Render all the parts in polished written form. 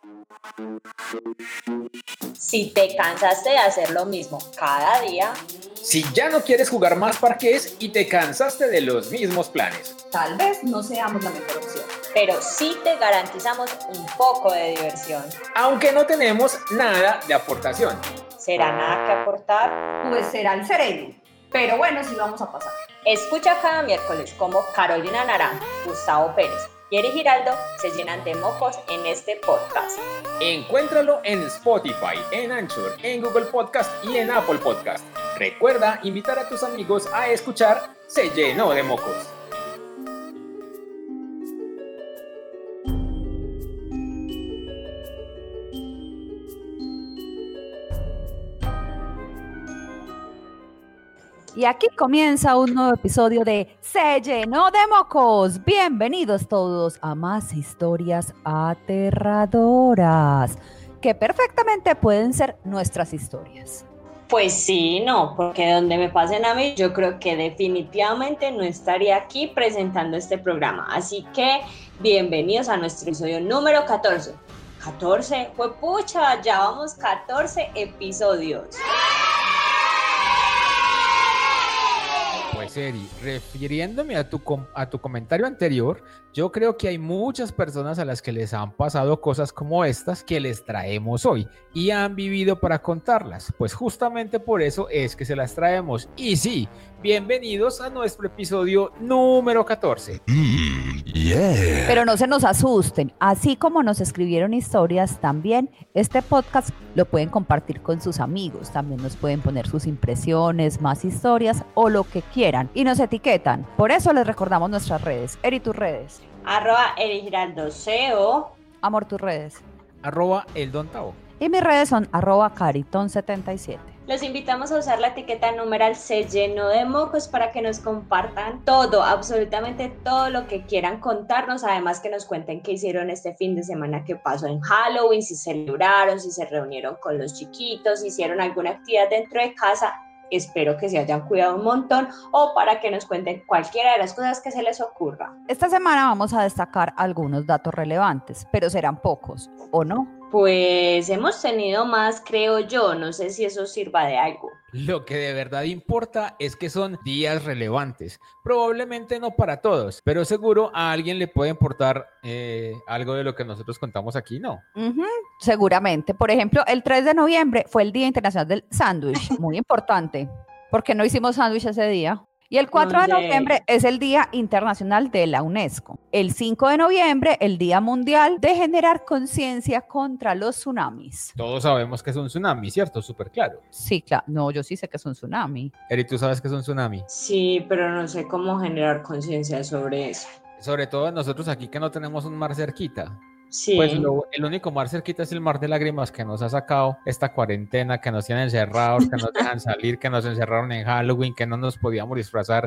Si te cansaste de hacer lo mismo cada día, si ya no quieres jugar más parqués y te cansaste de los mismos planes, tal vez no seamos la mejor opción, pero sí te garantizamos un poco de diversión. Aunque no tenemos nada de aportación. ¿Será nada que aportar? Pues será el cerebro, pero bueno, sí vamos a pasar. Escucha cada miércoles cómo Carolina Naranjo, Gustavo Pérez y Eri Giraldo se llenan de mocos en este podcast. Encuéntralo en Spotify, en Anchor, en Google Podcast y en Apple Podcast. Recuerda invitar a tus amigos a escuchar Se Llenó de Mocos. Y aquí comienza un nuevo episodio de Se Llenó de Mocos. Bienvenidos todos a más historias aterradoras, que perfectamente pueden ser nuestras historias. Pues sí, no, porque donde me pasen a mí, yo creo que definitivamente no estaría aquí presentando este programa. Así que bienvenidos a nuestro episodio número 14. 14, fue pucha, ya vamos 14 episodios. Pues Eri, refiriéndome a tu comentario anterior, yo creo que hay muchas personas a las que les han pasado cosas como estas que les traemos hoy y han vivido para contarlas, pues justamente por eso es que se las traemos. Y sí, bienvenidos a nuestro episodio número 14. Yeah. Pero no se nos asusten, así como nos escribieron historias, también este podcast lo pueden compartir con sus amigos, también nos pueden poner sus impresiones, más historias o lo que quieran y nos etiquetan. Por eso les recordamos nuestras redes. Eri, tus redes. @erigiraldoseo. Amor, tus redes. @eldontao. Y mis redes son @cariton77. Los invitamos a usar la etiqueta numeral Se Llenó de Mocos para que nos compartan todo, absolutamente todo lo que quieran contarnos, además que nos cuenten qué hicieron este fin de semana que pasó en Halloween, si celebraron, si se reunieron con los chiquitos, si hicieron alguna actividad dentro de casa, espero que se hayan cuidado un montón, o para que nos cuenten cualquiera de las cosas que se les ocurra. Esta semana vamos a destacar algunos datos relevantes, pero serán pocos, ¿o no? Pues hemos tenido más, creo yo, no sé si eso sirva de algo. Lo que de verdad importa es que son días relevantes, probablemente no para todos, pero seguro a alguien le puede importar algo de lo que nosotros contamos aquí, ¿no? Seguramente, por ejemplo, el 3 de noviembre fue el Día Internacional del Sándwich, muy importante, porque no hicimos sándwich ese día. Y el 4 de noviembre es el Día Internacional de la UNESCO. El 5 de noviembre, el Día Mundial de Generar Conciencia contra los Tsunamis. Todos sabemos que es un tsunami, ¿cierto? Súper claro. Sí, claro. No, yo sí sé que es un tsunami. Eri, ¿tú sabes que es un tsunami? Sí, pero no sé cómo generar conciencia sobre eso. Sobre todo nosotros aquí que no tenemos un mar cerquita. Sí. Pues el único mar cerquita es el mar de lágrimas que nos ha sacado esta cuarentena, que nos tienen encerrados, que nos dejan salir, que nos encerraron en Halloween, que no nos podíamos disfrazar,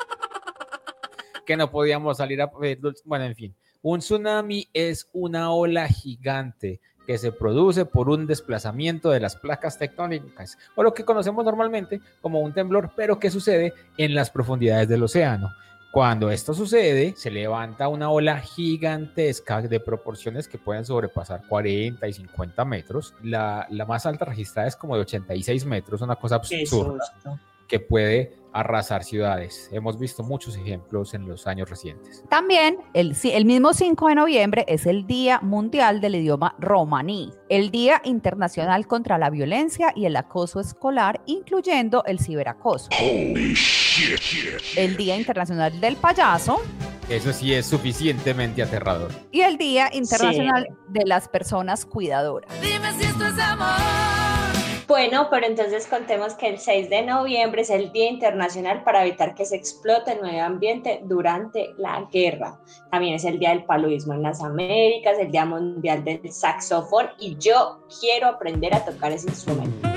que no podíamos salir a... Bueno, en fin. Un tsunami es una ola gigante que se produce por un desplazamiento de las placas tectónicas, o lo que conocemos normalmente como un temblor, pero que sucede en las profundidades del océano. Cuando esto sucede, se levanta una ola gigantesca de proporciones que pueden sobrepasar 40 y 50 metros. La más alta registrada es como de 86 metros, una cosa absurda que puede arrasar ciudades. Hemos visto muchos ejemplos en los años recientes. También, el mismo 5 de noviembre es el Día Mundial del Idioma Romaní, el Día Internacional contra la Violencia y el Acoso Escolar, incluyendo el ciberacoso. Holy shit. El Día Internacional del Payaso. Eso sí es suficientemente aterrador. Y el Día Internacional de las Personas Cuidadoras. Dime si esto es amor. Bueno, pero entonces contemos que el 6 de noviembre es el Día Internacional para evitar que se explote el medio ambiente durante la guerra. También es el Día del Paludismo en las Américas, el Día Mundial del Saxofón, y yo quiero aprender a tocar ese instrumento.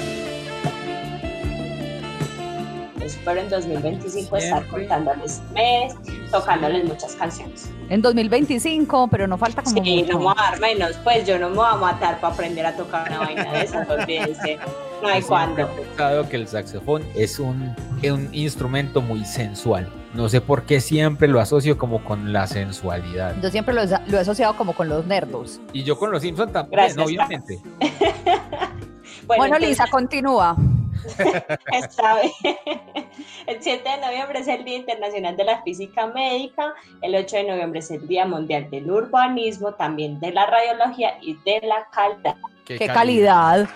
Espero en 2025 estar contándoles tocándoles muchas canciones. En 2025, pero no falta como sí, mucho. No me voy a dar menos, pues yo no me voy a matar para aprender a tocar una vaina de esas, olvídense. No hay cuándo. He pensado que el saxofón es un instrumento muy sensual. No sé por qué siempre lo asocio como con la sensualidad. Yo siempre lo he asociado como con los nerdos. Y yo con los Simpsons también, Gracias, obviamente. Bueno, entonces, Lisa, continúa. está bien. El 7 de noviembre es el Día Internacional de la Física Médica, el 8 de noviembre es el Día Mundial del Urbanismo, también de la radiología y de la calidad. ¡Qué calidad!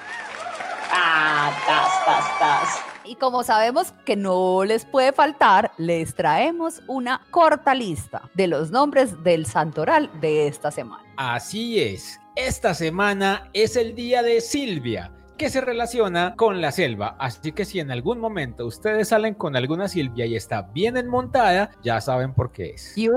Tas. Y como sabemos que no les puede faltar, les traemos una corta lista de los nombres del santoral de esta semana. Así es, esta semana es el día de Silvia, que se relaciona con la selva, así que si en algún momento ustedes salen con alguna Silvia y está bien enmontada, ya saben por qué es. ¡Yo!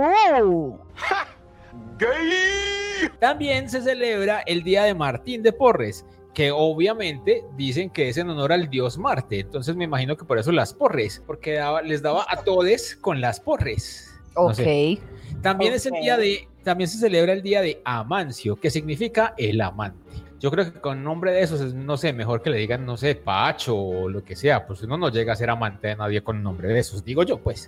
También se celebra el día de Martín de Porres, que obviamente dicen que es en honor al dios Marte, entonces me imagino que por eso las porres, porque les daba a todes con las porres. No Ok. sé. También es el Ok. también se celebra el día de Amancio, que significa el amante. Yo creo que con nombre de esos es, no sé, mejor que le digan, no sé, Pacho o lo que sea, pues uno no llega a ser amante de nadie con nombre de esos, digo yo, pues.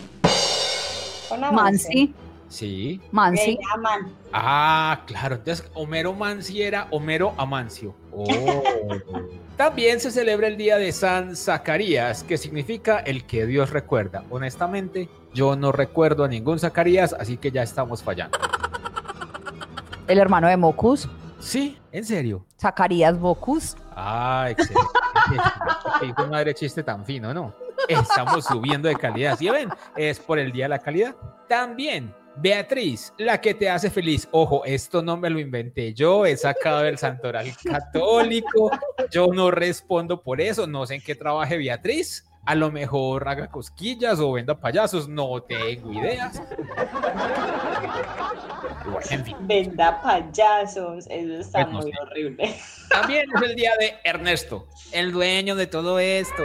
Mansi. Sí. Mansi. Me llaman. Ah, claro, entonces Homero Mansi era Homero Amancio. Oh. También se celebra el día de San Zacarías, que significa el que Dios recuerda. Honestamente, yo no recuerdo a ningún Zacarías, así que ya estamos fallando. El hermano de Mocus. Sí, en serio. Zacarías Bocus. Ah, excelente. Hijo de madre, chiste tan fino, ¿no? Estamos subiendo de calidad. ¿Sí ven? Es por el día de la calidad. También, Beatriz, la que te hace feliz. Ojo, esto no me lo inventé yo, he sacado del santoral católico. Yo no respondo por eso. No sé en qué trabaje Beatriz. A lo mejor haga cosquillas o venda payasos. No tengo ideas. Bueno, en fin. Venda payasos, eso está Pues no muy sé. horrible. También es el día de Ernesto, el dueño de todo esto.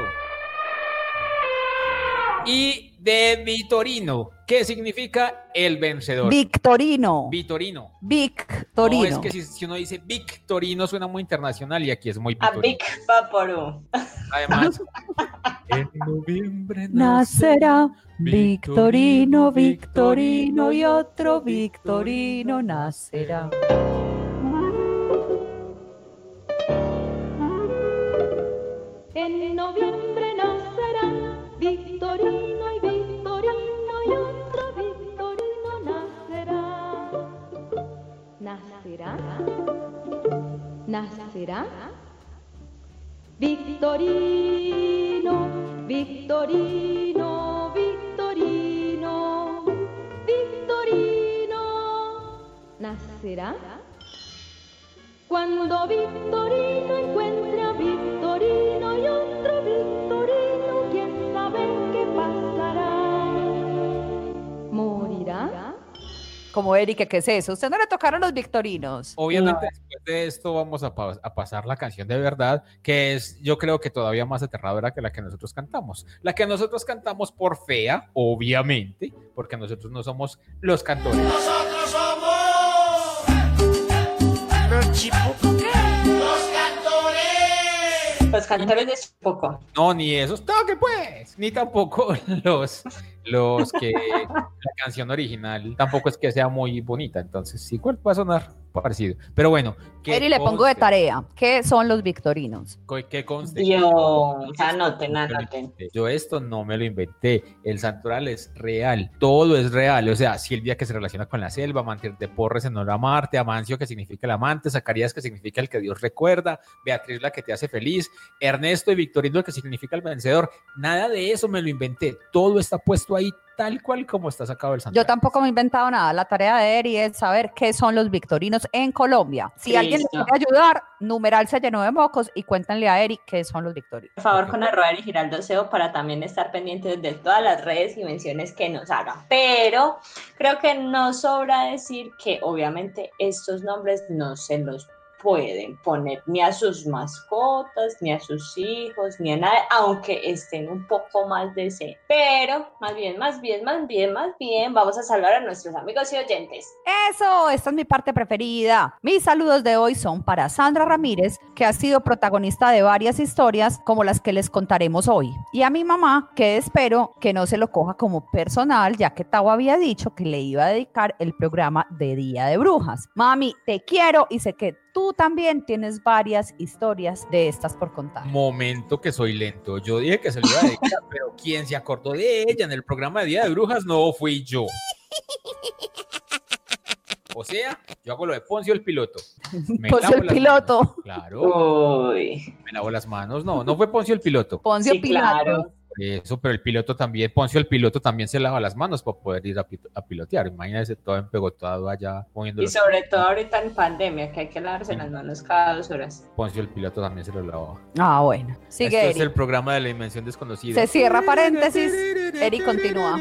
Y de Vitorino, que significa el vencedor. Victorino. Vitorino. Victorino. No, es que si uno dice Victorino suena muy internacional y aquí es muy A Vitorino. Big Vaporú. Además, en noviembre Nacerá Victorino, Victorino, Victorino y otro Victorino nacerá. En noviembre nacerá Victorino y Victorino y otro Victorino nacerá. ¿Nacerá? ¿Nacerá? Victorino, Victorino, Victorino, Victorino. ¿Nacerá? Cuando Victorino encuentre a Victorino y otro Victorino, quién sabe qué pasará. ¿Morirá? Como Erika, ¿qué es eso? ¿Usted no le tocaron los victorinos? Obviamente después de esto vamos a pasar la canción de verdad, que es yo creo que todavía más aterradora que la que nosotros cantamos. La que nosotros cantamos por fea, obviamente, porque nosotros no somos los cantores. Nosotros somos los chipucos. Los cantores. Los cantores de poco. No, ni esos toque pues, ni tampoco los que la canción original tampoco es que sea muy bonita, entonces igual va a sonar parecido. Pero bueno, que Eri, le pongo de tarea. ¿Qué son los victorinos? Que conste. Dios, anoten. Yo esto no me lo inventé. El santoral es real. Todo es real. O sea, Silvia que se relaciona con la selva, Martín de Porres en honor a Marte, Amancio que significa el amante, Zacarías que significa el que Dios recuerda, Beatriz la que te hace feliz, Ernesto y Victorino que significa el vencedor. Nada de eso me lo inventé. Todo está puesto ahí tal cual como está sacado el santoral. Yo tampoco me he inventado nada. La tarea de Eri es saber qué son los victorinos en Colombia. Si alguien le Listo. quiere ayudar, numeral se llenó de mocos y cuéntenle a Eri qué son los victorinos. Por favor, con @y Giraldo SEO para también estar pendientes de todas las redes y menciones que nos hagan. Pero creo que no sobra decir que obviamente estos nombres no se los pueden poner ni a sus mascotas, ni a sus hijos, ni a nada, aunque estén un poco más decentes. Pero más bien, vamos a saludar a nuestros amigos y oyentes. Eso, esta es mi parte preferida. Mis saludos de hoy son para Sandra Ramírez, que ha sido protagonista de varias historias como las que les contaremos hoy. Y a mi mamá, que espero que no se lo coja como personal, ya que Tao había dicho que le iba a dedicar el programa de Día de Brujas. Mami, te quiero y sé que tú también tienes varias historias de estas por contar. Momento que soy lento. Yo dije que se lo iba a dedicar, pero quien se acordó de ella en el programa de Día de Brujas no fui yo. O sea, yo hago lo de Poncio el piloto. Poncio el piloto. Manos. Claro. Uy. Me lavo las manos. No fue Poncio el piloto. Poncio Sí, Pilato. claro. Eso, pero el piloto también, Poncio el piloto también se lava las manos para poder ir a pilotear. Imagínese todo empegotado allá moviendo Y los... sobre todo ahorita en pandemia, que hay que lavarse las manos cada 2 horas. Poncio el piloto también se lo lavaba. Ah, bueno. Sigue, Esto es Eri. el programa de la dimensión desconocida. Se cierra paréntesis. Eri continúa.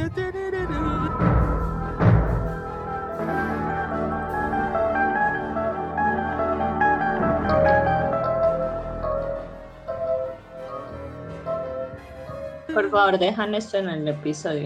Por favor, dejan esto en el episodio.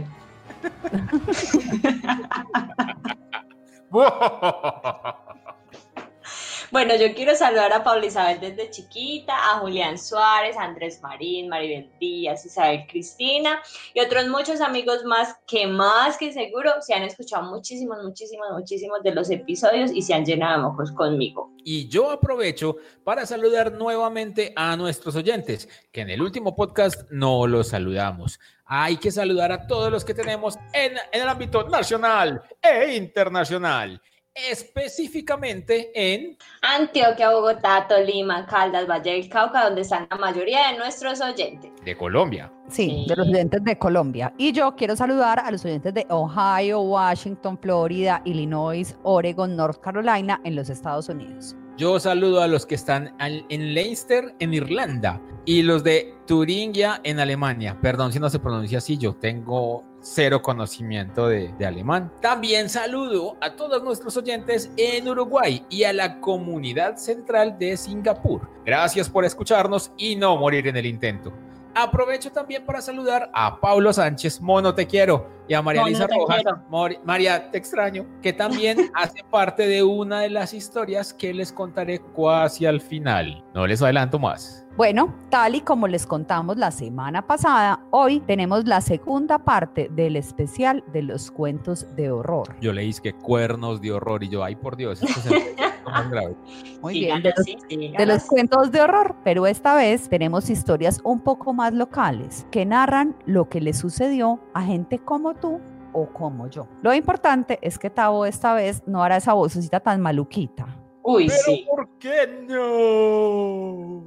Bueno, yo quiero saludar a Paula Isabel desde chiquita, a Julián Suárez, a Andrés Marín, Maribel Díaz, Isabel Cristina y otros muchos amigos más que seguro se han escuchado muchísimos de los episodios y se han llenado de mocos conmigo. Y yo aprovecho para saludar nuevamente a nuestros oyentes, que en el último podcast no los saludamos. Hay que saludar a todos los que tenemos en el ámbito nacional e internacional. Específicamente en Antioquia, Bogotá, Tolima, Caldas, Valle del Cauca, donde están la mayoría de nuestros oyentes. de Colombia. Sí, de los oyentes de Colombia. Y yo quiero saludar a los oyentes de Ohio, Washington, Florida, Illinois, Oregon, North Carolina, en los Estados Unidos. Yo saludo a los que están en Leinster, en Irlanda, y los de Turingia, en Alemania. Perdón si no se pronuncia así, yo tengo cero conocimiento de alemán. También saludo a todos nuestros oyentes en Uruguay y a la comunidad central de Singapur. Gracias por escucharnos y no morir en el intento. Aprovecho también para saludar a Paulo Sánchez, Mono te quiero, y a María Mono, Elisa te Rojas, quiero. María te extraño, que también hace parte de una de las historias que les contaré casi al final. No les adelanto más. Bueno, tal y como les contamos la semana pasada, hoy tenemos la segunda parte del especial de los cuentos de horror. Yo leí que cuernos de horror y yo, ay por Dios, esto es lo más grave. Muy Sí, bien, ganas, de los cuentos de horror, pero esta vez tenemos historias un poco más locales que narran lo que le sucedió a gente como tú o como yo. Lo importante es que Tavo esta vez no hará esa vocecita tan maluquita. Uy, ¿Pero sí. por qué no?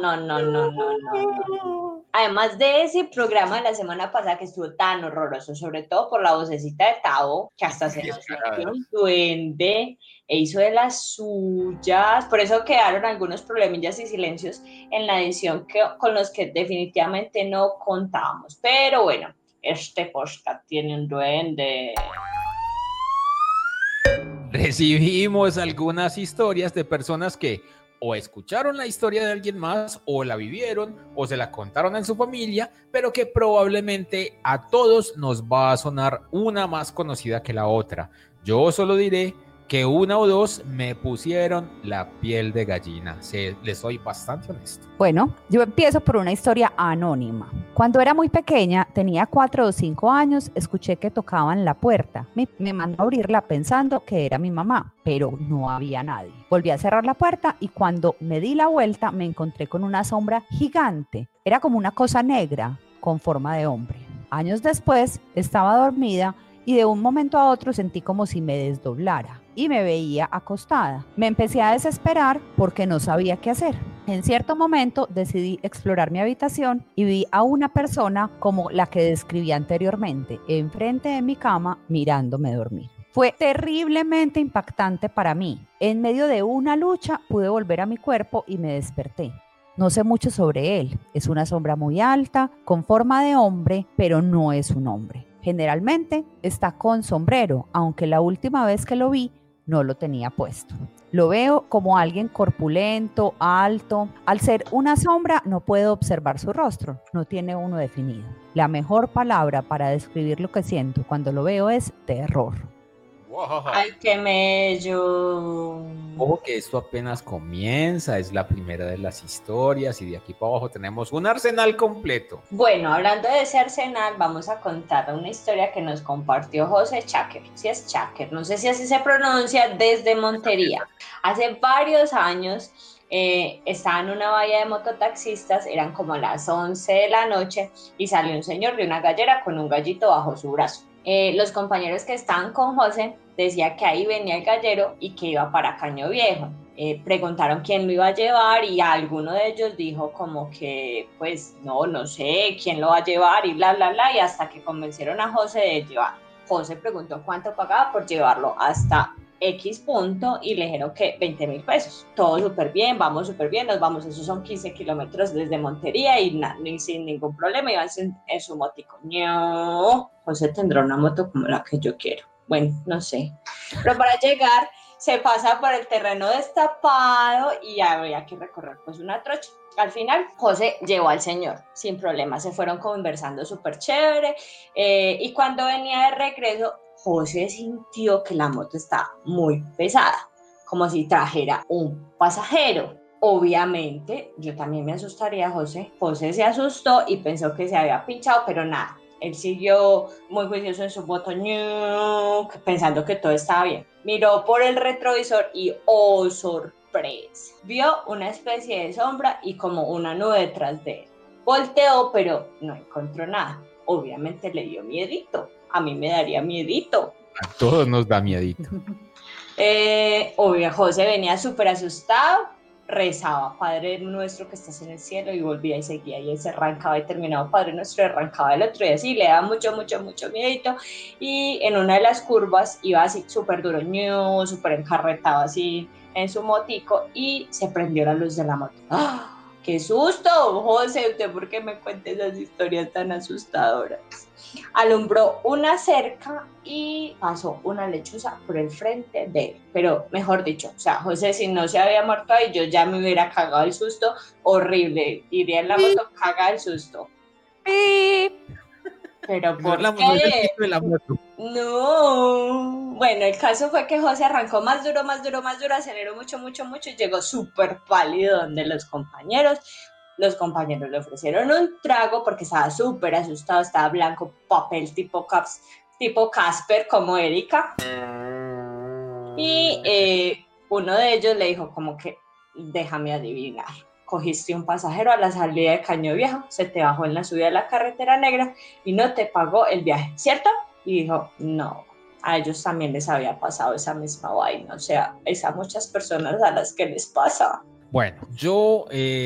No. Además de ese programa de la semana pasada que estuvo tan horroroso, sobre todo por la vocecita de Tavo, que hasta se nos metió un duende e hizo de las suyas. Por eso quedaron algunos problemillas y silencios en la edición con los que definitivamente no contábamos. Pero bueno, este podcast tiene un duende. Recibimos algunas historias de personas que o escucharon la historia de alguien más, o la vivieron, o se la contaron en su familia, pero que probablemente a todos nos va a sonar una más conocida que la otra. Yo solo diré que una o dos me pusieron la piel de gallina. Les soy bastante honesto. Bueno, yo empiezo por una historia anónima. Cuando era muy pequeña, tenía 4 o 5 años, escuché que tocaban la puerta. Me mandó a abrirla pensando que era mi mamá, pero no había nadie. Volví a cerrar la puerta y cuando me di la vuelta me encontré con una sombra gigante. Era como una cosa negra con forma de hombre. Años después, estaba dormida y de un momento a otro sentí como si me desdoblara y me veía acostada. Me empecé a desesperar porque no sabía qué hacer. En cierto momento decidí explorar mi habitación y vi a una persona como la que describí anteriormente, enfrente de mi cama mirándome dormir. Fue terriblemente impactante para mí. En medio de una lucha pude volver a mi cuerpo y me desperté. No sé mucho sobre él. Es una sombra muy alta, con forma de hombre, pero no es un hombre. Generalmente está con sombrero, aunque la última vez que lo vi no lo tenía puesto. Lo veo como alguien corpulento, alto. Al ser una sombra, no puedo observar su rostro, no tiene uno definido. La mejor palabra para describir lo que siento cuando lo veo es terror. Wow. Ay, qué mello. Ojo que esto apenas comienza, es la primera de las historias y de aquí para abajo tenemos un arsenal completo. Bueno, hablando de ese arsenal, vamos a contar una historia que nos compartió José Cháquer. Si es Cháquer, no sé si así se pronuncia, desde Montería. Hace varios años estaba en una valla de mototaxistas, eran como las 11 de la noche y salió un señor de una gallera con un gallito bajo su brazo. Los compañeros que estaban con José decían que ahí venía el gallero y que iba para Caño Viejo. Preguntaron quién lo iba a llevar y alguno de ellos dijo como que pues no sé quién lo va a llevar y bla bla bla, y hasta que convencieron a José de llevar. José preguntó cuánto pagaba por llevarlo hasta X punto y le dijeron que 20,000 pesos. Todo súper bien, vamos súper bien, nos vamos, esos son 15 kilómetros desde Montería y sin ningún problema iban en su motico. No, José tendrá una moto como la que yo quiero. Bueno, no sé. Pero para llegar se pasa por el terreno destapado y había que recorrer pues una trocha. Al final, José llevó al señor sin problema, se fueron conversando súper chévere y cuando venía de regreso, José sintió que la moto estaba muy pesada, como si trajera un pasajero. Obviamente, yo también me asustaría, José. José se asustó y pensó que se había pinchado, pero nada. Él siguió muy juicioso en su moto, pensando que todo estaba bien. Miró por el retrovisor y, ¡oh, sorpresa! Vio una especie de sombra y como una nube detrás de él. Volteó, pero no encontró nada. Obviamente le dio miedito. A mí me daría miedito. A todos nos da miedito. Obvio, José venía súper asustado, rezaba, Padre nuestro que estás en el cielo, y volvía y seguía, y él se arrancaba y terminaba Padre nuestro y arrancaba el otro, y así le daba mucho miedito, y en una de las curvas iba así súper duro, súper encarretado así en su motico, y se prendió la luz de la moto. ¡Ah! ¡Qué susto, José! ¿Usted por qué me cuenta esas historias tan asustadoras? Alumbró una cerca y pasó una lechuza por el frente de él. Pero, mejor dicho, o sea, José, si no se había muerto ahí, yo ya me hubiera cagado el susto horrible. Iría en la moto, caga el susto. Pero ¿por qué? No. Bueno, el caso fue que José arrancó más duro, aceleró mucho y llegó súper pálido donde los compañeros. Los compañeros le ofrecieron un trago porque estaba súper asustado, estaba blanco, papel tipo Casper como Erika. Y uno de ellos le dijo como que, déjame adivinar, cogiste un pasajero a la salida de Caño Viejo, se te bajó en la subida de la carretera negra y no te pagó el viaje, ¿cierto? Y dijo, no, a ellos también les había pasado esa misma vaina, o sea, es a muchas personas a las que les pasa. Bueno, yo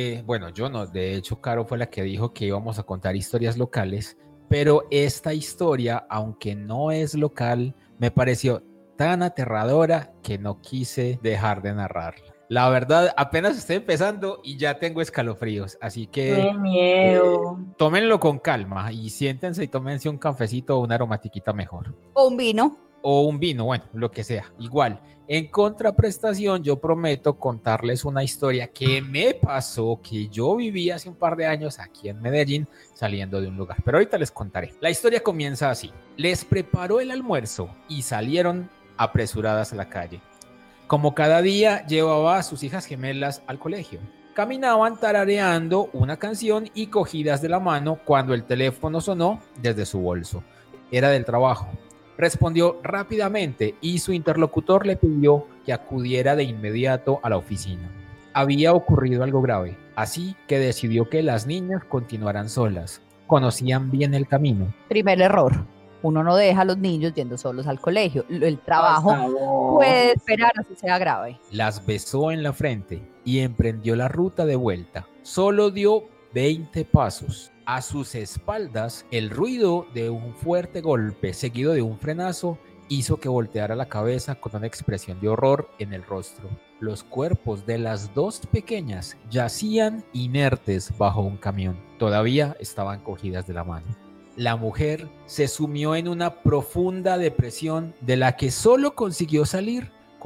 no, de hecho Caro fue la que dijo que íbamos a contar historias locales, pero esta historia, aunque no es local, me pareció tan aterradora que no quise dejar de narrarla. La verdad, apenas estoy empezando y ya tengo escalofríos, así que ¡qué miedo! Tómenlo con calma y siéntense y tómense un cafecito o una aromatiquita mejor. O un vino. O un vino, bueno, lo que sea, igual. En contraprestación, yo prometo contarles una historia que me pasó, que yo viví hace un par de años aquí en Medellín, saliendo de un lugar. Pero ahorita les contaré. La historia comienza así. Les preparó el almuerzo y salieron apresuradas a la calle. Como cada día, llevaba a sus hijas gemelas al colegio. Caminaban tarareando una canción y cogidas de la mano cuando el teléfono sonó desde su bolso. Era del trabajo. Respondió rápidamente y su interlocutor le pidió que acudiera de inmediato a la oficina. Había ocurrido algo grave, así que decidió que las niñas continuaran solas. Conocían bien el camino. Primer error. Uno no deja a los niños yendo solos al colegio. El trabajo puede esperar así sea grave. Las besó en la frente y emprendió la ruta de vuelta. Solo dio 20 pasos. A sus espaldas, el ruido de un fuerte golpe seguido de un frenazo hizo que volteara la cabeza con una expresión de horror en el rostro. Los cuerpos de las dos pequeñas yacían inertes bajo un camión. Todavía estaban cogidas de la mano. La mujer se sumió en una profunda depresión de la que solo consiguió salir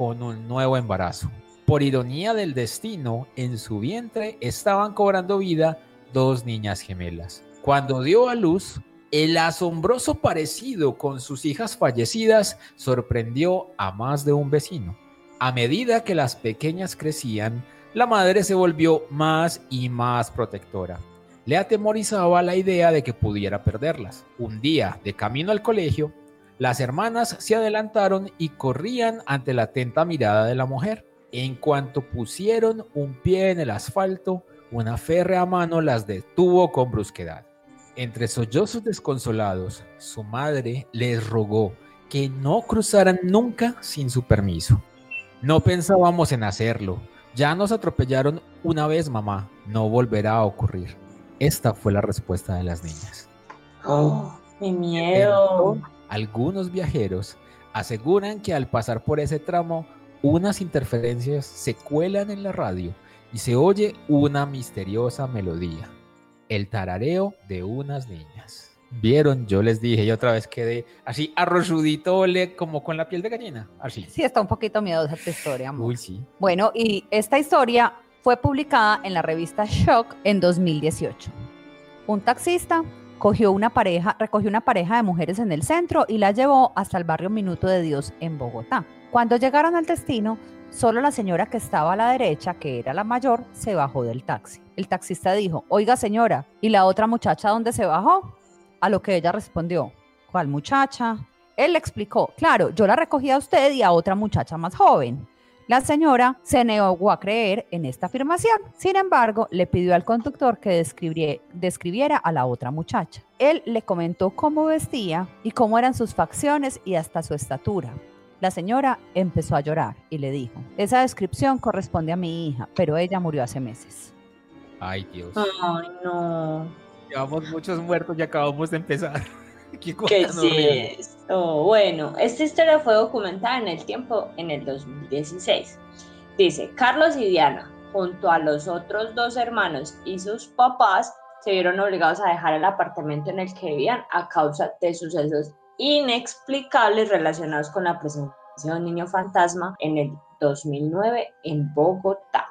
con un nuevo embarazo. Por ironía del destino, en su vientre estaban cobrando vida 2 niñas gemelas. Cuando dio a luz, el asombroso parecido con sus hijas fallecidas sorprendió a más de un vecino. A medida que las pequeñas crecían, la madre se volvió más y más protectora. Le atemorizaba la idea de que pudiera perderlas. Un día, de camino al colegio, las hermanas se adelantaron y corrían ante la atenta mirada de la mujer. En cuanto pusieron un pie en el asfalto, una férrea mano las detuvo con brusquedad. Entre sollozos desconsolados, su madre les rogó que no cruzaran nunca sin su permiso. No pensábamos en hacerlo. Ya nos atropellaron una vez, mamá. No volverá a ocurrir. Esta fue la respuesta de las niñas. ¡Oh, mi miedo! Algunos viajeros aseguran que al pasar por ese tramo, unas interferencias se cuelan en la radio y se oye una misteriosa melodía, el tarareo de unas niñas. ¿Vieron? Yo les dije, y otra vez quedé así arrolludito, como con la piel de gallina, así. Sí, está un poquito miedosa esta historia, amor. Uy, sí. Bueno, y esta historia fue publicada en la revista Shock en 2018. Un taxista recogió una pareja de mujeres en el centro y la llevó hasta el barrio Minuto de Dios en Bogotá. Cuando llegaron al destino, solo la señora que estaba a la derecha, que era la mayor, se bajó del taxi. El taxista dijo, oiga señora, ¿y la otra muchacha dónde se bajó? A lo que ella respondió, ¿cuál muchacha? Él le explicó, claro, yo la recogí a usted y a otra muchacha más joven. La señora se negó a creer en esta afirmación. Sin embargo, le pidió al conductor que describiera a la otra muchacha. Él le comentó cómo vestía y cómo eran sus facciones y hasta su estatura. La señora empezó a llorar y le dijo, esa descripción corresponde a mi hija, pero ella murió hace meses. Ay, Dios. Ay, no. Llevamos muchos muertos y acabamos de empezar. ¿Qué ¿Qué es esto? Bueno, esta historia fue documentada en el tiempo en el 2016. Dice, Carlos y Diana, junto a los otros 2 hermanos y sus papás, se vieron obligados a dejar el apartamento en el que vivían a causa de sucesos inexplicables relacionados con la presencia de un niño fantasma en el 2009 en Bogotá.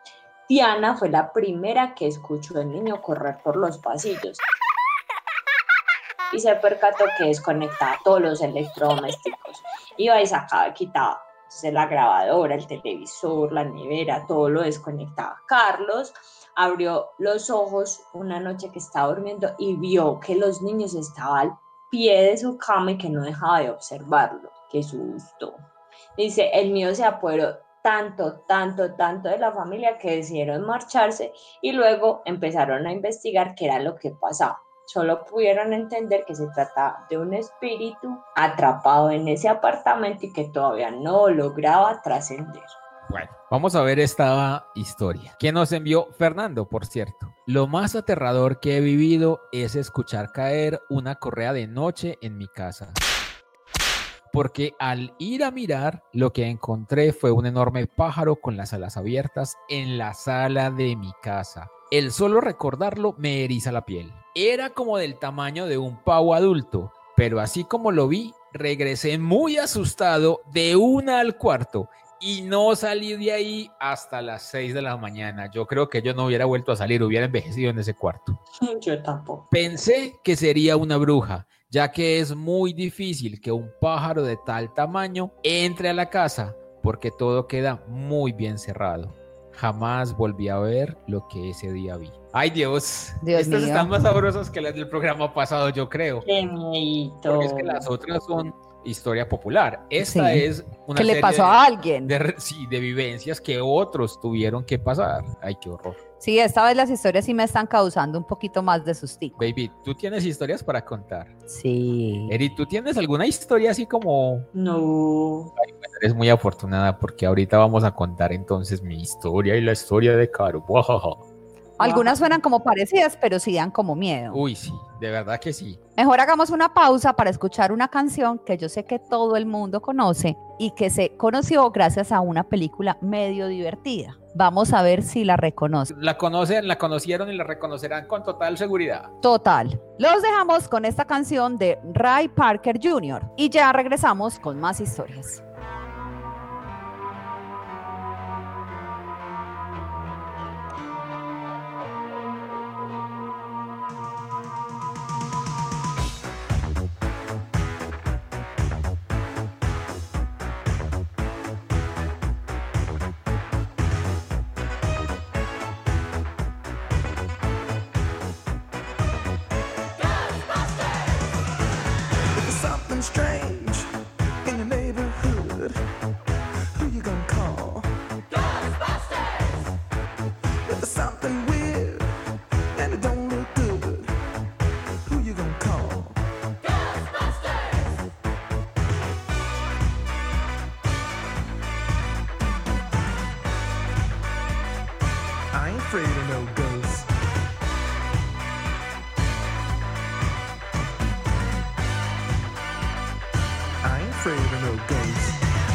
Diana fue la primera que escuchó al niño correr por los pasillos y se percató que desconectaba todos los electrodomésticos. Iba y sacaba y quitaba. Entonces la grabadora, el televisor, la nevera, todo lo desconectaba. Carlos abrió los ojos una noche que estaba durmiendo y vio que los niños estaban al pie de su cama y que no dejaba de observarlo. ¡Qué susto! Dice, el miedo se apoderó tanto de la familia que decidieron marcharse y luego empezaron a investigar qué era lo que pasaba. Solo pudieron entender que se trataba de un espíritu atrapado en ese apartamento y que todavía no lograba trascender. Bueno, vamos a ver esta historia que nos envió Fernando, por cierto. Lo más aterrador que he vivido es escuchar caer una correa de noche en mi casa. Porque al ir a mirar, lo que encontré fue un enorme pájaro con las alas abiertas en la sala de mi casa. El solo recordarlo me eriza la piel. Era como del tamaño de un pavo adulto, pero así como lo vi, regresé muy asustado de una al cuarto y no salí de ahí hasta las 6 de la mañana. Yo creo que yo no hubiera vuelto a salir, hubiera envejecido en ese cuarto. Yo tampoco. Pensé que sería una bruja, ya que es muy difícil que un pájaro de tal tamaño entre a la casa, porque todo queda muy bien cerrado. Jamás volví a ver lo que ese día vi. ¡Ay, Dios! Estas mío. Están más sabrosas que las del programa pasado, yo creo. ¡Qué miedito! Porque es que las otras son historia popular. Esta Sí. es una ¿Qué le serie pasó a alguien? de vivencias que otros tuvieron que pasar. ¡Ay, qué horror! Sí, esta vez las historias sí me están causando un poquito más de sustico. Baby, ¿tú tienes historias para contar? Sí. Eri, ¿tú tienes alguna historia así como...? No. Eres muy afortunada porque ahorita vamos a contar entonces mi historia y la historia de Caro. Algunas suenan como parecidas, pero sí dan como miedo. Uy, sí, de verdad que sí. Mejor hagamos una pausa para escuchar una canción que yo sé que todo el mundo conoce y que se conoció gracias a una película medio divertida. Vamos a ver si la reconocen. La conocen, la conocieron y la reconocerán con total seguridad. Total. Los dejamos con esta canción de Ray Parker Jr. y ya regresamos con más historias. something weird and it don't look good, who you gonna call? Ghostbusters! I ain't afraid of no ghosts. I ain't afraid of no ghosts.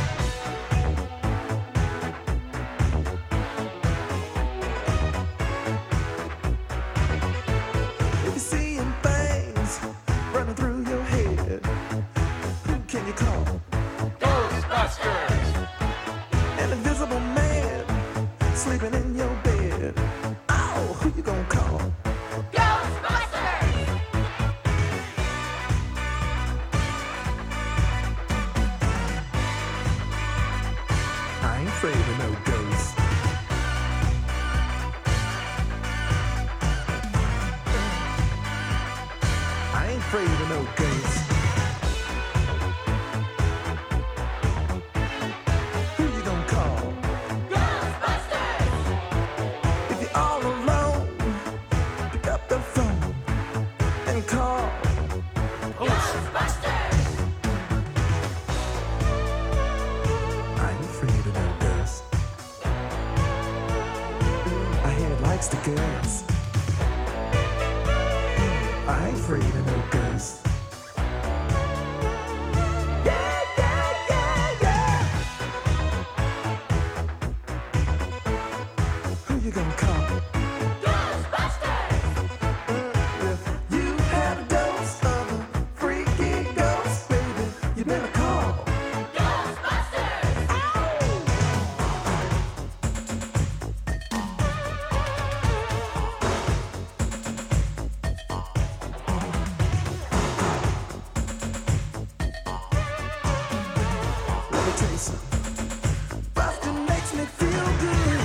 If you're seeing things running through your head, who can you call? Ghostbusters! An invisible man sleeping in your bed. Oh, who you gonna call? Ghostbusters! I ain't afraid of no ghosts. I ain't afraid of no ghosts. Who you gonna call? Ghostbusters! If you're all alone, pick up the phone and call. Ghostbusters! I ain't afraid of no ghosts. I hear it likes the girls. I ain't afraid of no ghosts. Yeah, yeah, yeah, yeah. Who you gonna call? Ghostbusters! If you had a dose of a freaky ghost, baby, you better call. Ghostbusters! Let me tell you something. Bustin' makes me feel good.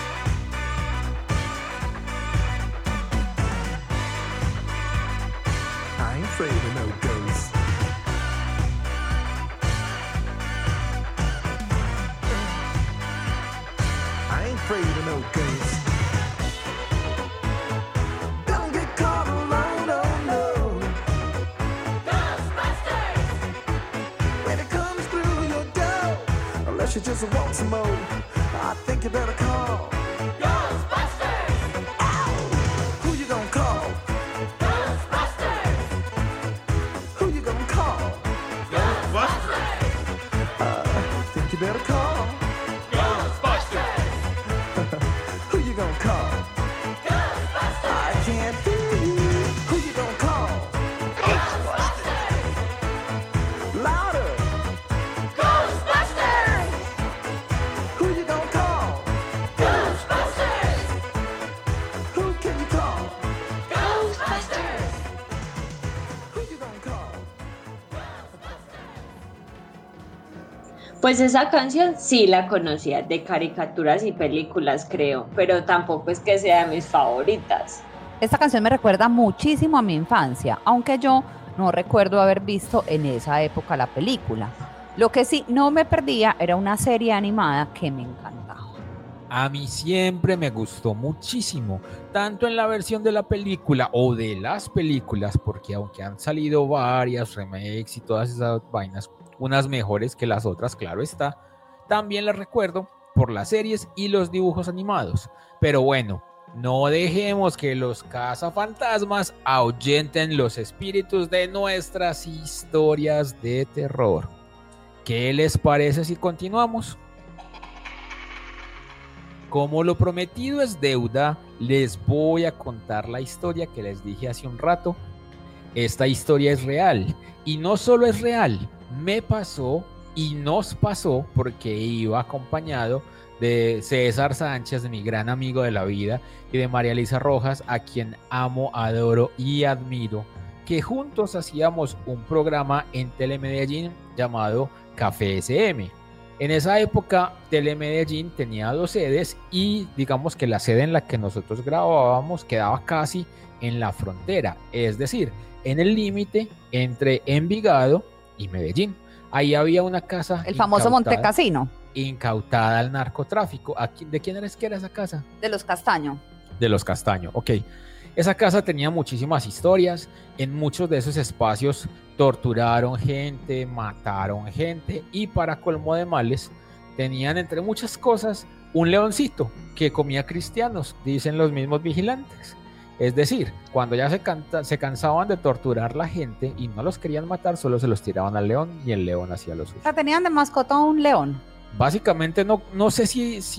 I ain't afraid of no ghosts. I ain't afraid of no ghosts. Don't get caught alone, no, no. Ghostbusters! When it comes through your door, unless you just want some more, I think you better call. Ghostbusters! Who you gonna call? Ghostbusters! Who you gonna call? Think you better call. Ghostbusters! Who you gonna call? I can't hear you. Who you gonna call? Louder. Ghostbusters! Who you gonna call? Ghostbusters! Who can you call? Ghostbusters! Who you gonna call? Pues esa canción sí la conocía de caricaturas y películas, creo, pero tampoco es que sea de mis favoritas. Esta canción me recuerda muchísimo a mi infancia, aunque yo no recuerdo haber visto en esa época la película. Lo que sí no me perdía era una serie animada que me encantaba. A mí siempre me gustó muchísimo, tanto en la versión de la película o de las películas, porque aunque han salido varias remakes y todas esas vainas, unas mejores que las otras, claro está, también las recuerdo por las series y los dibujos animados. Pero bueno, no dejemos que los cazafantasmas ahuyenten los espíritus de nuestras historias de terror. ¿Qué les parece si continuamos? Como lo prometido es deuda, les voy a contar la historia que les dije hace un rato. Esta historia es real, y no solo es real, me pasó y nos pasó porque iba acompañado de César Sánchez, de mi gran amigo de la vida, y de María Elisa Rojas, a quien amo, adoro y admiro, que juntos hacíamos un programa en Telemedellín llamado Café SM. En esa época, Telemedellín tenía 2 sedes y digamos que la sede en la que nosotros grabábamos quedaba casi en la frontera, es decir, en el límite entre Envigado y Medellín. Ahí había una casa. El famoso Montecasino. Incautada al narcotráfico. ¿De quién eres que era esa casa? De los Castaño. de los Castaño. Ok, esa casa tenía muchísimas historias. En muchos de esos espacios torturaron gente, mataron gente y para colmo de males tenían entre muchas cosas un leoncito que comía cristianos, dicen los mismos vigilantes. Es decir, cuando ya se cansaban de torturar la gente y no los querían matar, solo se los tiraban al león y el león hacía lo suyo. O sea, tenían de mascota un león. Básicamente no sé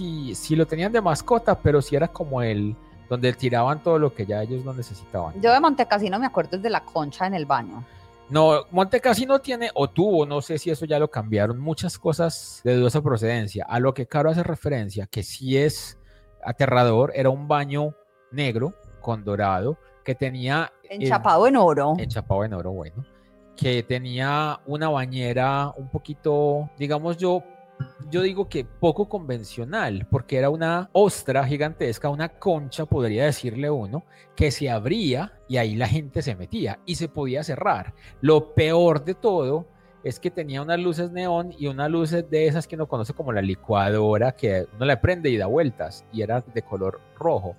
si lo tenían de mascota, pero sí era como el donde tiraban todo lo que ya ellos no necesitaban. Yo de Montecassino me acuerdo es de la concha en el baño. No, Montecassino tiene o tuvo, no sé si eso ya lo cambiaron, muchas cosas de dudosa procedencia. A lo que Caro hace referencia, que sí es aterrador, era un baño negro con dorado que tenía... Enchapado en oro. Enchapado en oro, bueno. Que tenía una bañera un poquito, digamos yo digo que poco convencional, porque era una ostra gigantesca, una concha, podría decirle uno, que se abría y ahí la gente se metía y se podía cerrar. Lo peor de todo es que tenía unas luces neón y unas luces de esas que uno conoce como la licuadora, que uno la prende y da vueltas, y era de color rojo.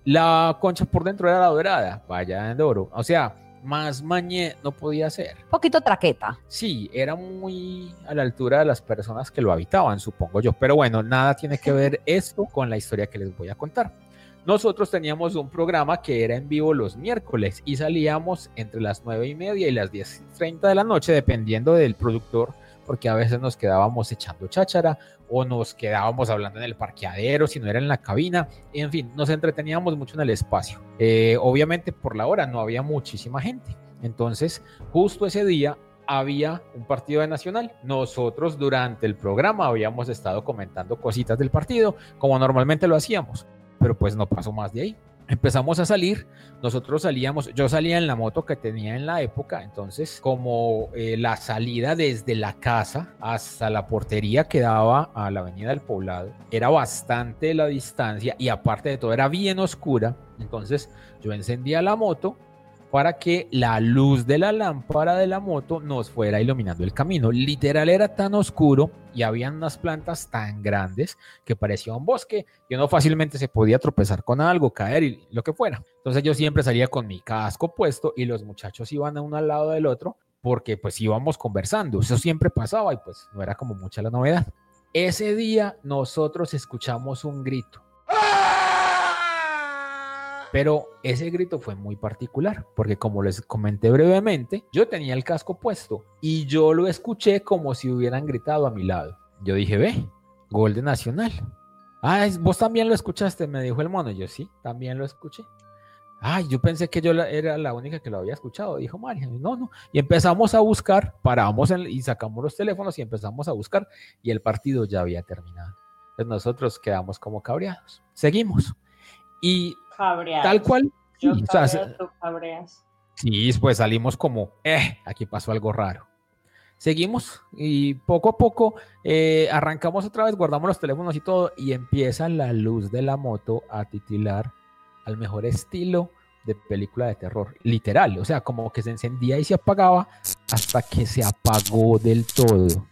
La concha por dentro era la dorada, vaya en oro. O sea, más mañé no podía ser. Poquito traqueta. Sí, era muy a la altura de las personas que lo habitaban, supongo yo. Pero bueno, nada tiene que ver esto con la historia que les voy a contar. Nosotros teníamos un programa que era en vivo los miércoles y salíamos entre las 9:30 y las 10:30 de la noche, dependiendo del productor, porque a veces nos quedábamos echando cháchara o nos quedábamos hablando en el parqueadero, si no era en la cabina, en fin, nos entreteníamos mucho en el espacio. Obviamente por la hora no había muchísima gente, entonces justo ese día había un partido de Nacional. Nosotros durante el programa habíamos estado comentando cositas del partido, como normalmente lo hacíamos, pero pues no pasó más de ahí. Empezamos a salir, nosotros salíamos, yo salía en la moto que tenía en la época, entonces como la salida desde la casa hasta la portería que daba a la avenida del Poblado era bastante la distancia y aparte de todo era bien oscura, entonces yo encendía la moto para que la luz de la lámpara de la moto nos fuera iluminando el camino. Literal era tan oscuro y habían unas plantas tan grandes que parecía un bosque y uno fácilmente se podía tropezar con algo, caer y lo que fuera. Entonces yo siempre salía con mi casco puesto y los muchachos iban a uno al lado del otro porque pues íbamos conversando. Eso siempre pasaba y pues no era como mucha la novedad. Ese día nosotros escuchamos un grito. Pero ese grito fue muy particular, porque como les comenté brevemente, yo tenía el casco puesto y yo lo escuché como si hubieran gritado a mi lado. Yo dije, ve, gol de Nacional. Ah, vos también lo escuchaste, me dijo el mono. Yo sí, también lo escuché. Ay, yo pensé que yo era la única que lo había escuchado, dijo María. No. Y empezamos a buscar, paramos y sacamos los teléfonos y empezamos a buscar y el partido ya había terminado. Entonces nosotros quedamos como cabreados. Seguimos. Y cabreados. Tal cual. Yo Sí, cabreo, tú cabreas. sí, pues salimos como, aquí pasó algo raro. Seguimos y poco a poco arrancamos otra vez, guardamos los teléfonos y todo y empieza la luz de la moto a titilar al mejor estilo de película de terror, literal, o sea, como que se encendía y se apagaba hasta que se apagó del todo.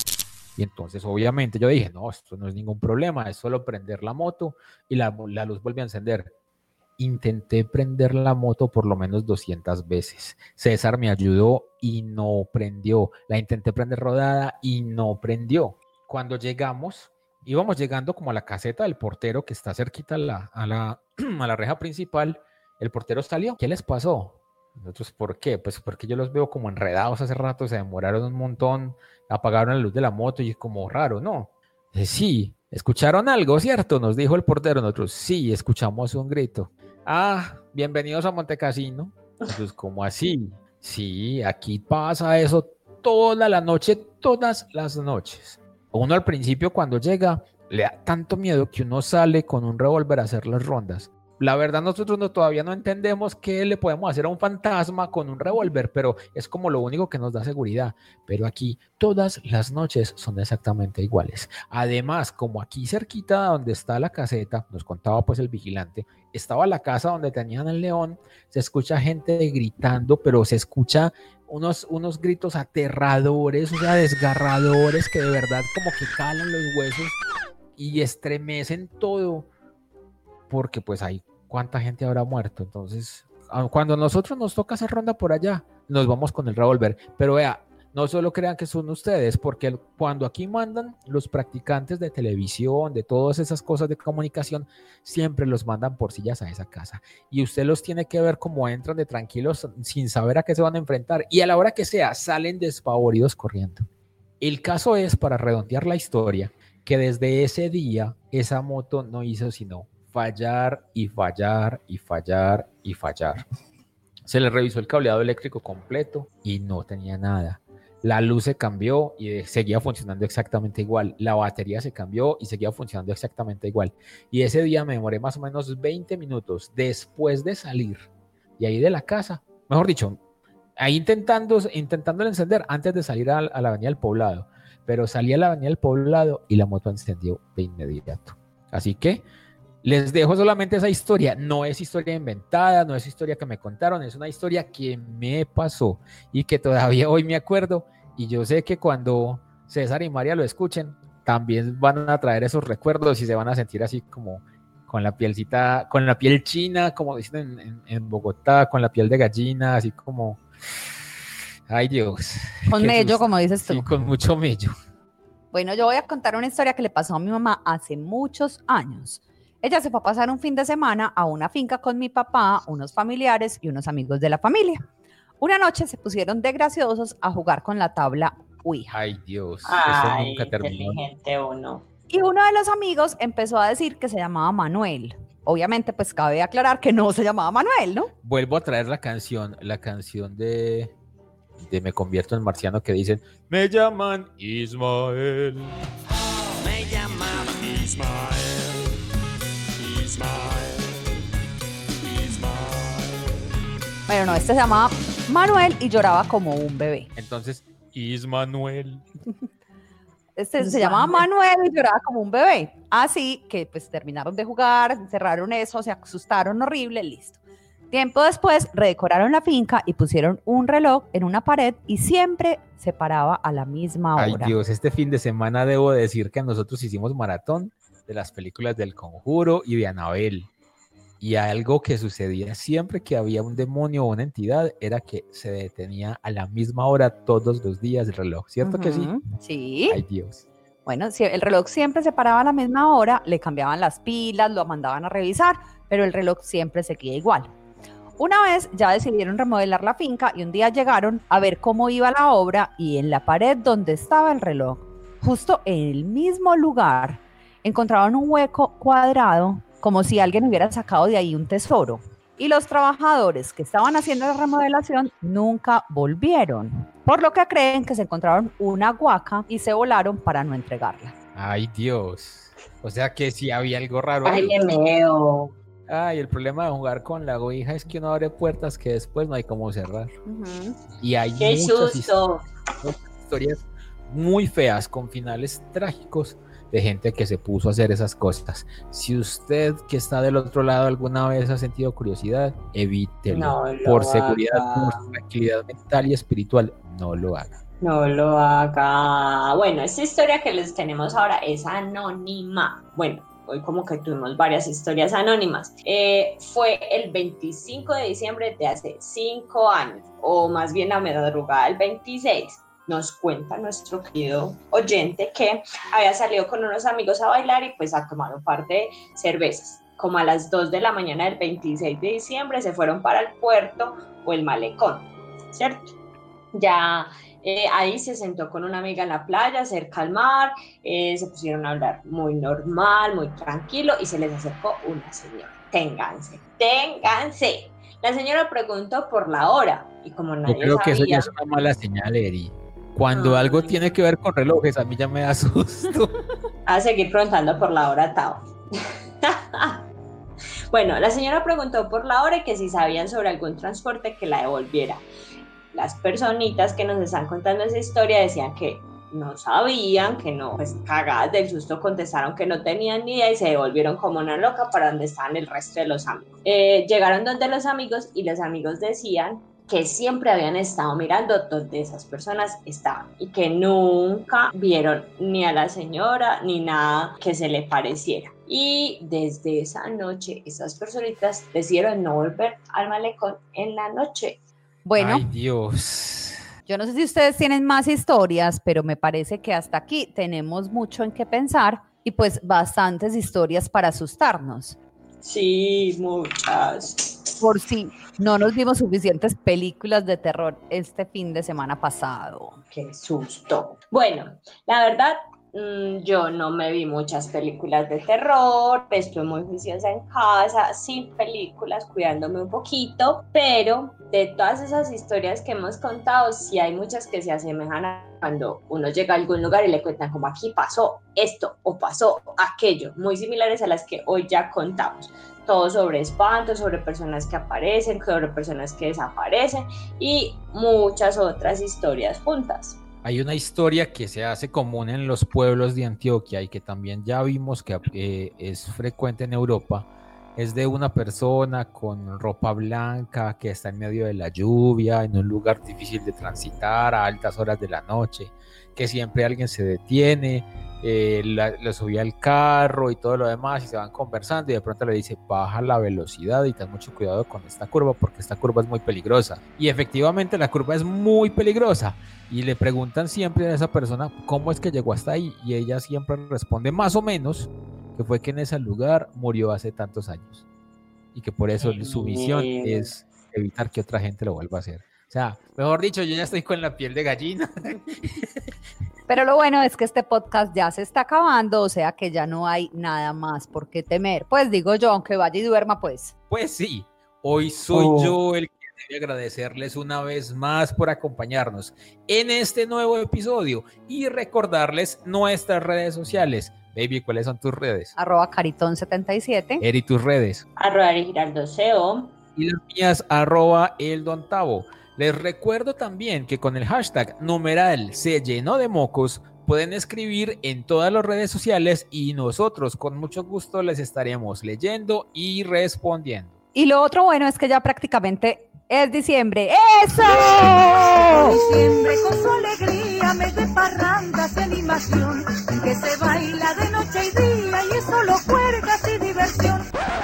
Y entonces obviamente yo dije, no, esto no es ningún problema, es solo prender la moto y la luz vuelve a encender. Intenté prender la moto por lo menos 200 veces. César me ayudó y no prendió. La intenté prender rodada y no prendió. Cuando llegamos, íbamos llegando como a la caseta del portero que está cerquita a la reja principal. El portero salió. ¿Qué les pasó? Nosotros, ¿por qué? Pues porque yo los veo como enredados hace rato, se demoraron un montón, apagaron la luz de la moto y es como raro, ¿no? Sí, ¿escucharon algo, cierto? Nos dijo el portero. Nosotros, sí, escuchamos un grito. Ah, bienvenidos a Montecassino. Entonces, ¿cómo así? Sí, aquí pasa eso toda la noche, todas las noches. Uno al principio cuando llega le da tanto miedo que uno sale con un revólver a hacer las rondas. La verdad nosotros todavía no entendemos qué le podemos hacer a un fantasma con un revólver, pero es como lo único que nos da seguridad. Pero aquí todas las noches son exactamente iguales. Además, como aquí cerquita donde está la caseta, nos contaba pues el vigilante, estaba la casa donde tenían el león, se escucha gente gritando, pero se escucha unos gritos aterradores, o sea, desgarradores que de verdad como que calan los huesos y estremecen todo. Porque pues hay ¿cuánta gente habrá muerto? Entonces, cuando a nosotros nos toca hacer ronda por allá, nos vamos con el revólver. Pero vea, no solo crean que son ustedes, porque cuando aquí mandan los practicantes de televisión, de todas esas cosas de comunicación, siempre los mandan por sillas a esa casa. Y usted los tiene que ver cómo entran de tranquilos sin saber a qué se van a enfrentar. Y a la hora que sea, salen despavoridos corriendo. El caso es, para redondear la historia, que desde ese día esa moto no hizo sino fallar y fallar y fallar y fallar. Se le revisó el cableado eléctrico completo y no tenía nada. La luz se cambió y seguía funcionando exactamente igual. La batería se cambió y seguía funcionando exactamente igual. Y ese día me demoré más o menos 20 minutos después de salir de ahí de la casa. Mejor dicho, ahí intentando encender antes de salir a la avenida del Poblado. Pero salí a la avenida del Poblado y la moto encendió de inmediato. Así que les dejo solamente esa historia. No es historia inventada, no es historia que me contaron, es una historia que me pasó y que todavía hoy me acuerdo. Y yo sé que cuando César y María lo escuchen, también van a traer esos recuerdos y se van a sentir así como con la pielcita, con la piel china, como dicen en Bogotá, con la piel de gallina, así como, ay Dios. Con mello, como dices tú. Sí, con mucho mello. Bueno, yo voy a contar una historia que le pasó a mi mamá hace muchos años. Ella se fue a pasar un fin de semana a una finca con mi papá, unos familiares y unos amigos de la familia. Una noche se pusieron de graciosos a jugar con la tabla Ouija. Ay Dios, eso Ay, nunca terminó. inteligente uno. Y uno de los amigos empezó a decir que se llamaba Manuel. Obviamente, pues cabe aclarar que no se llamaba Manuel, ¿no? Vuelvo a traer la canción de Me convierto en marciano, que dicen, me llaman Ismael. Me llaman Ismael. Ismael. Ismael. Bueno, no, este se llamaba Manuel y lloraba como un bebé. Entonces, Ismanuel. Este se llamaba Manuel y lloraba como un bebé. Así que pues terminaron de jugar, cerraron eso, se asustaron horrible, listo. Tiempo después redecoraron la finca y pusieron un reloj en una pared y siempre se paraba a la misma hora. Ay Dios, este fin de semana debo decir que nosotros hicimos maratón de las películas del Conjuro y de Annabelle. Y algo que sucedía siempre que había un demonio o una entidad era que se detenía a la misma hora todos los días el reloj, ¿cierto que sí? Sí. Ay Dios. Bueno, si el reloj siempre se paraba a la misma hora, le cambiaban las pilas, lo mandaban a revisar, pero el reloj siempre seguía igual. Una vez ya decidieron remodelar la finca y un día llegaron a ver cómo iba la obra y en la pared donde estaba el reloj, justo en el mismo lugar, encontraron un hueco cuadrado como si alguien hubiera sacado de ahí un tesoro. Y los trabajadores que estaban haciendo la remodelación nunca volvieron, por lo que creen que se encontraron una huaca y se volaron para no entregarla. Ay Dios. O sea que sí había algo raro Ay, ahí. le meo. Ay, el problema de jugar con la ouija es que uno abre puertas que después no hay cómo cerrar. Y hay ¡Qué muchas susto! historias muy feas con finales trágicos de gente que se puso a hacer esas cosas. Si usted que está del otro lado alguna vez ha sentido curiosidad, evítelo. No lo Por seguridad, haga. por tranquilidad mental y espiritual, no lo haga. No lo haga. Bueno, esta historia que les tenemos ahora es anónima. Bueno, hoy como que tuvimos varias historias anónimas. Fue el 25 de diciembre de hace 5 años, o más bien a madrugada del 26. Nos cuenta nuestro querido oyente que había salido con unos amigos a bailar y pues a tomar un par de cervezas. Como a las 2 de la mañana del 26 de diciembre se fueron para el puerto o el malecón, ¿cierto? Ya ahí se sentó con una amiga en la playa, cerca al mar, se pusieron a hablar muy normal, muy tranquilo y se les acercó una señora. Ténganse. La señora preguntó por la hora y como nadie Yo creo que eso sabía, ya es una mala señal, Eri. Cuando algo tiene que ver con relojes, a mí ya me da susto. a seguir preguntando por la hora, Tao. Bueno, la señora preguntó por la hora y que si sabían sobre algún transporte que la devolviera. Las personitas que nos están contando esa historia decían que no sabían, que no, pues cagadas del susto contestaron que no tenían ni idea y se devolvieron como una loca para donde estaban el resto de los amigos. Llegaron donde los amigos y los amigos decían que siempre habían estado mirando donde esas personas estaban y que nunca vieron ni a la señora ni nada que se le pareciera. y desde esa noche esas personitas decidieron no volver al malecón en la noche. Bueno, Ay, Dios. yo no sé si ustedes tienen más historias, pero me parece que hasta aquí tenemos mucho en qué pensar y pues bastantes historias para asustarnos. Sí, muchas. Por si no nos vimos suficientes películas de terror este fin de semana pasado. Qué susto. Bueno, la verdad, yo no me vi muchas películas de terror, estoy muy juiciosa en casa, sin películas, cuidándome un poquito, pero de todas esas historias que hemos contado, sí hay muchas que se asemejan a cuando uno llega a algún lugar y le cuentan como aquí pasó esto o pasó aquello, muy similares a las que hoy ya contamos. Todo sobre espantos, sobre personas que aparecen, sobre personas que desaparecen y muchas otras historias juntas. Hay una historia que se hace común en los pueblos de Antioquia y que también ya vimos que es frecuente en Europa. Es de una persona con ropa blanca que está en medio de la lluvia, en un lugar difícil de transitar a altas horas de la noche, que siempre alguien se detiene, la subía al carro y todo lo demás y se van conversando y de pronto le dice baja la velocidad y ten mucho cuidado con esta curva porque esta curva es muy peligrosa. Y efectivamente la curva es muy peligrosa y le preguntan siempre a esa persona cómo es que llegó hasta ahí y ella siempre responde más o menos que fue que en ese lugar murió hace tantos años y que por eso su misión es evitar que otra gente lo vuelva a hacer. O sea, mejor dicho, yo ya estoy con la piel de gallina. Pero lo bueno es que este podcast ya se está acabando, o sea que ya no hay nada más por qué temer. Pues digo yo, aunque vaya y duerma, pues. Pues sí, hoy soy yo el que debe agradecerles una vez más por acompañarnos en este nuevo episodio y recordarles nuestras redes sociales. Baby, ¿cuáles son tus redes? @caritón77. Eri, tus redes. @giraldoseo. Y las mías, @eldontavo. Les recuerdo también que con el hashtag numeral se llenó de mocos pueden escribir en todas las redes sociales y nosotros con mucho gusto les estaremos leyendo y respondiendo. Y lo otro bueno es que ya prácticamente es diciembre. ¡Eso! Diciembre con su alegría, mes de parrandas y animación, que se baila de noche y día y es solo juergas y diversión.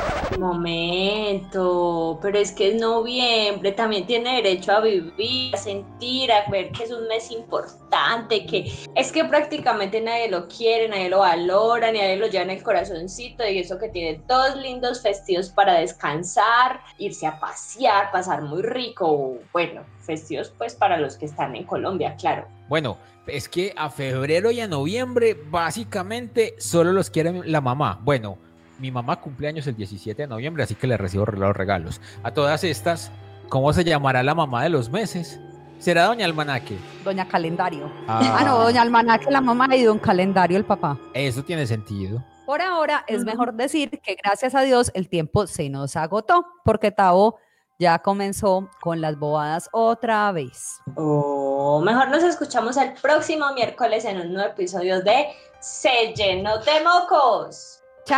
Momento, pero es que es noviembre, también tiene derecho a vivir, a sentir, a ver que es un mes importante, que es que prácticamente nadie lo quiere, nadie lo valora, nadie lo lleva en el corazoncito y eso que tiene todos lindos festivos para descansar, irse a pasear, pasar muy rico, bueno, festivos pues para los que están en Colombia, claro. Bueno, es que a febrero y a noviembre básicamente solo los quiere la mamá. Bueno, mi mamá cumple años el 17 de noviembre, así que le recibo los regalos. A todas estas, ¿cómo se llamará la mamá de los meses? ¿Será Doña Almanaque? Doña Calendario. No, Doña Almanaque la mamá y Don Calendario el papá. Eso tiene sentido. Por ahora es mejor decir que gracias a Dios el tiempo se nos agotó, porque Tavo ya comenzó con las bobadas otra vez. Mejor nos escuchamos el próximo miércoles en un nuevo episodio de Se Llenó de Mocos.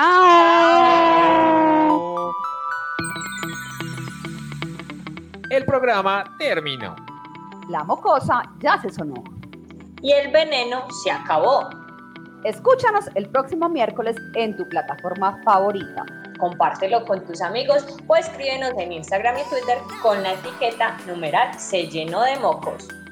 ¡Chao! El programa terminó. La mocosa ya se sonó. Y el veneno se acabó. Escúchanos el próximo miércoles en tu plataforma favorita. Compártelo con tus amigos o escríbenos en Instagram y Twitter con la etiqueta numeral Se Llenó de Mocos.